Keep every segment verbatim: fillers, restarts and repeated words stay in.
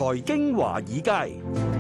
財經華爾街，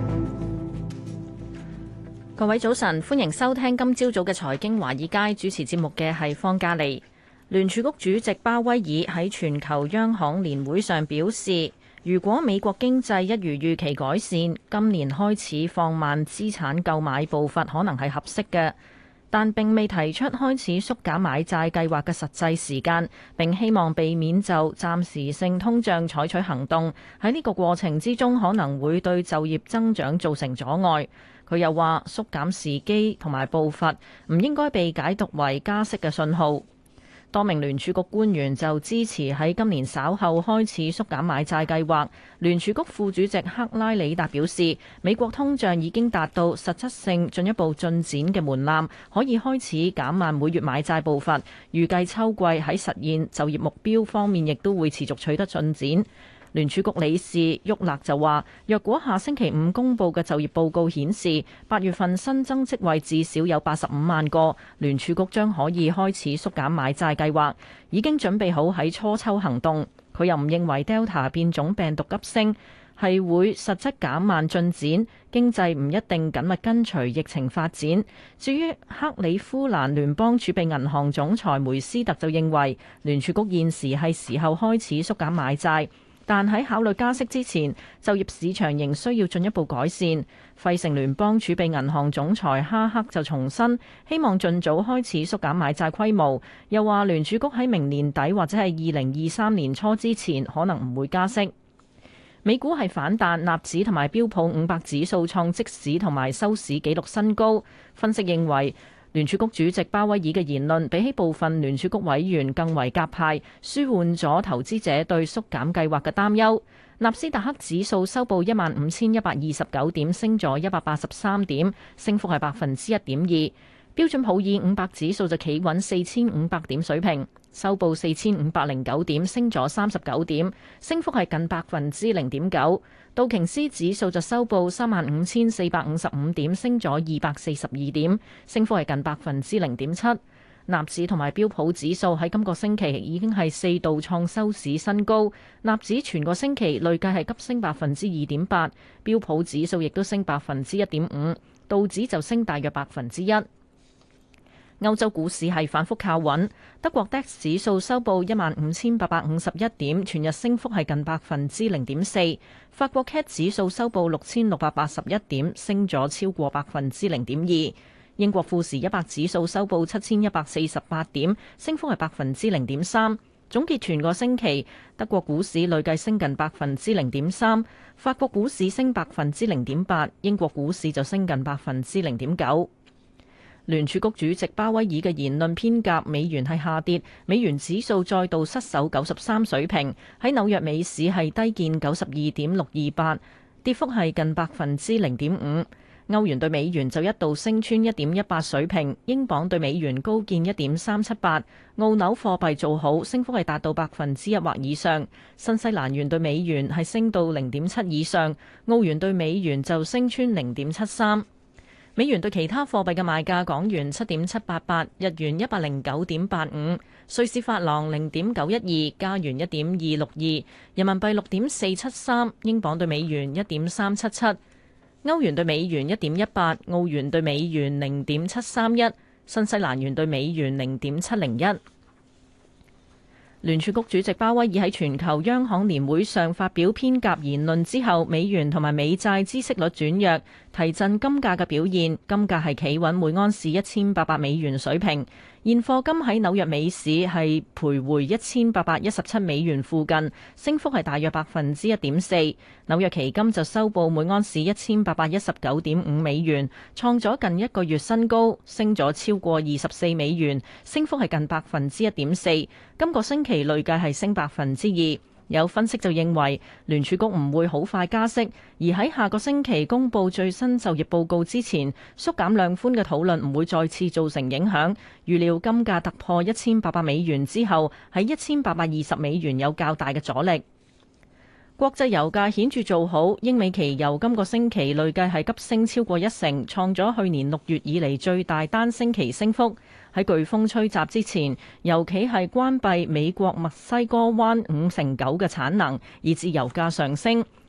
各位早晨，歡迎收聽今朝早嘅財經華爾街，主持節目嘅係方嘉利。聯儲局主席鮑威爾喺全球央行年會上表示，如果美國經濟一如預期改善，今年開始放慢資產購買步伐可能係合適嘅，但並未提出開始縮減買債計劃嘅實際時間，並希望避免就暫時性通脹採取行動，喺呢個過程之中可能會對就業增長造成阻礙。佢又話縮減時機同埋步伐唔應該被解讀為加息嘅信號。多名聯儲局官員就支持喺今年稍後開始縮減買債計劃。聯儲局副主席克拉里達表示，美國通脹已經達到實質性進一步進展嘅門檻，可以開始減慢每月買債步伐。預計秋季喺實現就業目標方面亦都會持續取得進展。聯儲局理事沃勒就話，若果下星期五公佈嘅就業報告顯示八月份新增職位至少有八十五萬個，聯儲局將可以開始縮減買債計劃，已經準備好喺初秋行動。佢又唔認為 Delta 變種病毒急升係會實質減慢進展，經濟唔一定緊密跟隨疫情發展。至於克里夫蘭聯邦儲備銀行總裁梅斯特就認為，聯儲局現時係時候開始縮減買債。但喺考慮加息之前，就業市場仍需要進一步改善。費城聯邦儲備銀行總裁哈克就重申，希望盡早開始縮減買債規模，又話聯儲局喺明年底或者係二零二三年初之前可能唔會加息。美股係反彈，納指同埋標普五百指數創即市同埋收市紀錄新高。分析認為，聯儲局主席鮑威爾嘅言論比起部分聯儲局委員更為鴿派，舒緩咗投資者對縮減計劃嘅擔憂。納斯達克指數收報一萬五千一百二十九點，升咗一百八十三點，升幅係百分之一點二。標準普爾五百指數就企穩四千五百點水平，收報四千五百零九點，升咗三十九點，升幅係近百分之零點九。道瓊斯指數就收報三萬五千四百五十五點，升咗二百四十二點，升幅係近百分之零點七。納指同埋標普指數喺今個星期已經係四度創收市新高，納指全個星期累計係急升百分之二點八，標普指數亦都升百分之一點五，道指就升大約百分之一。歐洲股市係反覆靠穩，德國 D A X 指數收報一萬五千八百五十一點，全日升幅係近百分之零點四。法國 C A C 指數收報六千六百八十一點，升咗超過百分之零點二。英國富時一百指數收報七千一百四十八點，升幅係百分之零點三。總結全個星期，德國股市累計升近百分之零點三，法國股市升百分之零點八，英國股市就升近百分之零點九。聯儲局主席鮑威爾嘅言論偏鴿，美元係下跌，美元指數再度失守九十三水平，喺紐約美市係低見九十二點六二八，跌幅係近百分之零點五。歐元對美元就一度升穿一點一八水平，英鎊對美元高見一點三七八，澳紐貨幣做好，升幅係達到百分之一或以上。新西蘭元對美元係升到零點七以上，澳元對美元就升穿零點七三。美元對其他貨幣嘅賣價：港元七點七八八，日元一百零九點八五，瑞士法郎零點九一二，加元一點二六二，人民幣六點四七三，英鎊對美元一點三七七，歐元對美元一點一八，澳元對美元零點七三一，新西蘭元對美元零點七零一。聯儲局主席鮑威爾喺全球央行年會上發表偏鴿言論之後，美元同埋美債孳息率轉弱，提振金價嘅表現。金價係企穩每盎司一千八百美元水平。現貨金喺紐約美市係徘徊一千八百一十七美元附近，升幅係大約百分之一點四。紐約期金就收報每盎司一千八百一十九點五美元，創咗近一個月新高，升咗超過二十四美元，升幅係近百分之一點四。今個星期累計係升百分之二。有分析就認為聯儲局唔會好快加息，而喺下個星期公佈最新就業報告之前，縮減量寬嘅討論唔會再次造成影響。預料金價突破一千八百美元之後，喺一千八百二十美元有較大嘅阻力。國際油價顯著做好，英美期油今個星期累計係急升超過一成，創咗去年六月以嚟最大單星期升幅。喺颶風吹襲之前，油企係關閉美國墨西哥灣五成九嘅產能，以致油價上升。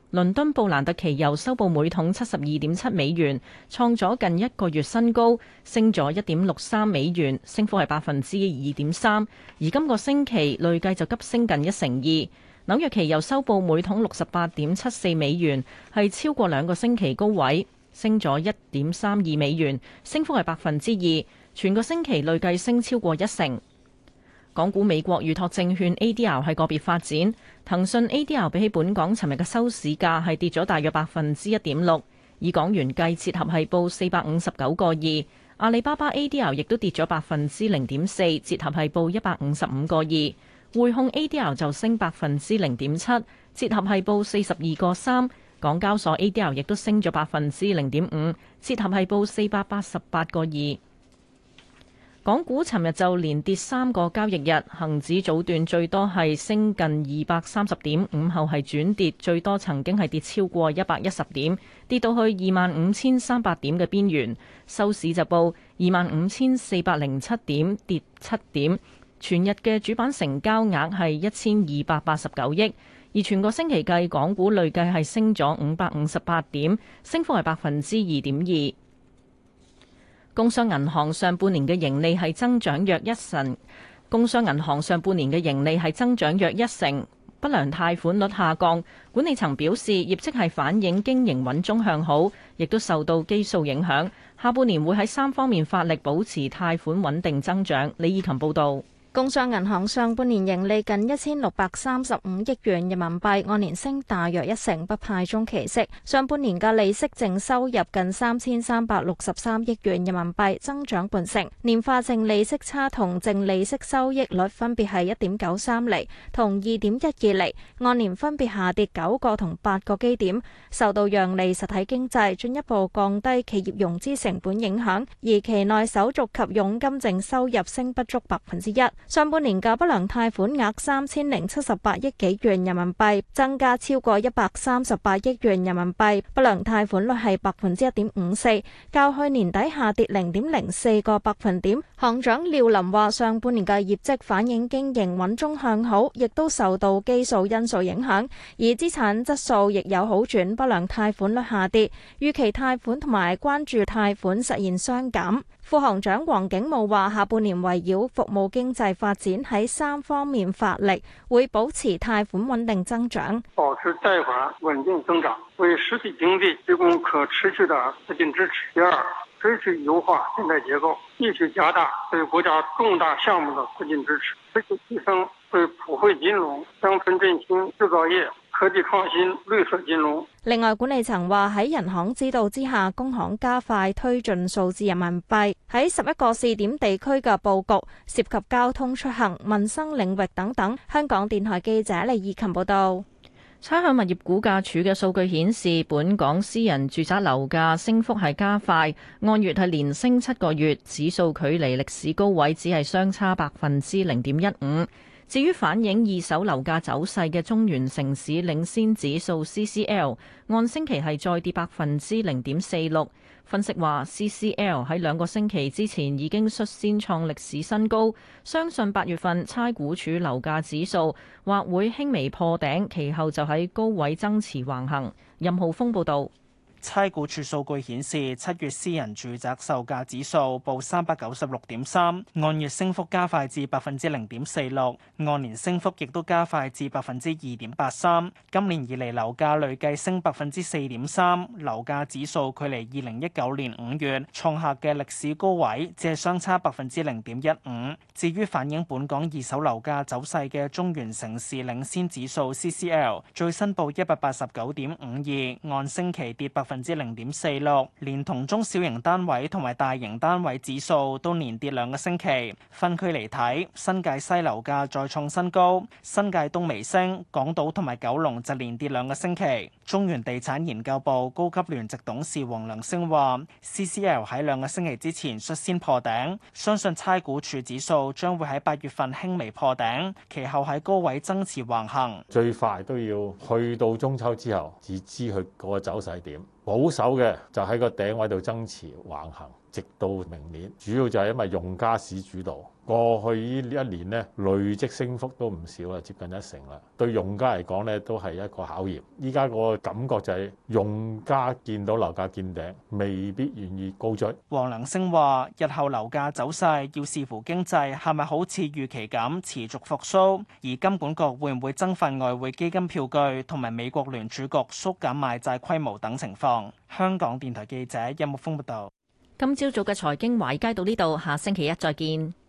倫敦布蘭特期油收報每桶七十二點七美元，創咗近一個月新高，升咗一點六三美元，升幅係百分之二點三。而今個星期累計就急升近一成二。紐約期油收報每桶六十八點七四美元，係超過兩個星期高位，升咗一點三二美元，升幅係百分之二。全個星期累計升超過一成。港股美國預託證券 A D R 係個別發展，騰訊 A D R 比起本港尋日嘅收市價係跌咗大約百分之一點六，以港元計，折合係報四百五十九個二。阿里巴巴 A D R 亦都跌咗百分之零點四，折合係報一百五十五個二。匯控 A D R 就升百分之零點七，折合係報四十二個三。港交所 A D R 亦都升咗百分之零點五，折合係報四百八十八個二。港股尋日就連跌三個交易日，恒指早段最多係升近二百三十點，午後係轉跌，最多曾經係跌超過一百一十點，跌到去二萬五千三百點嘅邊緣。收市就報二萬五千四百零七點，跌七點。全日嘅主板成交額係一千二百八十九億，而全個星期計，港股累計係升咗五百五十八點，升幅係百分之二點二。工商銀行上半年嘅盈利係增長約一成，工商銀行上半年嘅盈利係增長約一成，不良貸款率下降。管理層表示，業績係反映經營穩中向好，亦都受到基數影響。下半年會喺三方面發力，保持貸款穩定增長。李以琴報導。 工商銀行上半年盈利近一千六百三十五億元人民幣，按年升大約一成，不派中期息。上半年嘅利息淨收入近三千三百六十三億元人民幣，增長半成。年化淨利息差同淨利息收益率分別係一點九三厘同二點一二厘，按年分別下跌九個同八個基點，受到讓利實體經濟進一步降低企業融資成本影響，而期內手續及佣金淨收入升不足百分之一。上半年嘅不良貸款額三千零七十八億幾元人民幣，增加超過一百三十八億元人民幣，不良貸款率係百分之一點五四，較去年底下跌零點零四個百分點。行長廖林話：上半年嘅業績反映經營穩中向好，亦都受到基數因素影響，而資產質素亦有好轉，不良貸款率下跌，逾期貸款同埋關注貸款實現雙減。副行長黃景武話：下半年圍繞服務經濟發展喺三方面發力，會保持貸款穩定增長， 保持貸款穩定增長，為實體經濟提供可持續的資金支持。第二，持續優化信貸結構，繼續加大對國家重大項目的資金支持，持續提升對普惠金融、鄉村振興、製造業、科技創新、綠色金融。 另外，管理層話喺人行指導之下，工行加快推進數字人民幣喺十一個試點地區嘅佈局，涉及交通出行、民生領域等等。香港電台記者李以琴報道。 差餉物業估價署嘅數據顯示，本港私人住宅樓價升幅係加快，按月係連升七個月，指數距離歷史高位只係相差百分之零點一五。至於反映二手樓價走勢嘅中原城市領先指數 C C L， 按星期係再跌百分之零點四六。分析話 C C L 喺兩個星期之前已經率先創歷史新高，相信八月份差估署樓價指數或會輕微破頂，其後就喺高位增持橫行。任浩峰報導。 差估署數據顯示，七月私人住宅售價指數報三百九十六點三，按月升幅加快至百分之零點四六，按年升幅亦都加快至百分之二點八三。今年以嚟樓價累計升百分之四點三，樓價指數距離二零一九年五月創下嘅歷史高位，只係相差百分之零點一五。至於反映本港二手樓價走勢嘅中原城市領先指數 C C L， 最新報一百八十九點五二，按星期跌百分之零點四六，連同中小型單位同埋大型單位指數都連跌兩個星期。分區嚟睇，新界西樓價再創新高，新界東微升，港島同埋九龍就連跌兩個星期。中原地產研究部高級聯席董事黃良昇話 C C L 喺兩個星期之前率先破頂，相信差估署指數將會喺八月份輕微破頂，其後喺高位增持橫行。 最快都要去到中秋之後，至知佢嗰個走勢點。保守嘅就喺個頂位度增持橫行， 直到明年，主要就係因為用家使主導。過去呢一年呢，累積升幅都唔少啦，接近一成啦。對用家嚟講呢，都係一個考驗。依家個感覺就係用家見到樓價見頂，未必願意高追。 黃良昇話：日後樓價走勢要視乎經濟係咪好似預期咁持續復甦，而金管局會唔會增發外匯基金票據，同埋美國聯儲局縮減買債規模等情況。香港電台記者任木峰報道。 今朝早嘅財經華爾街到呢度，下星期一再見。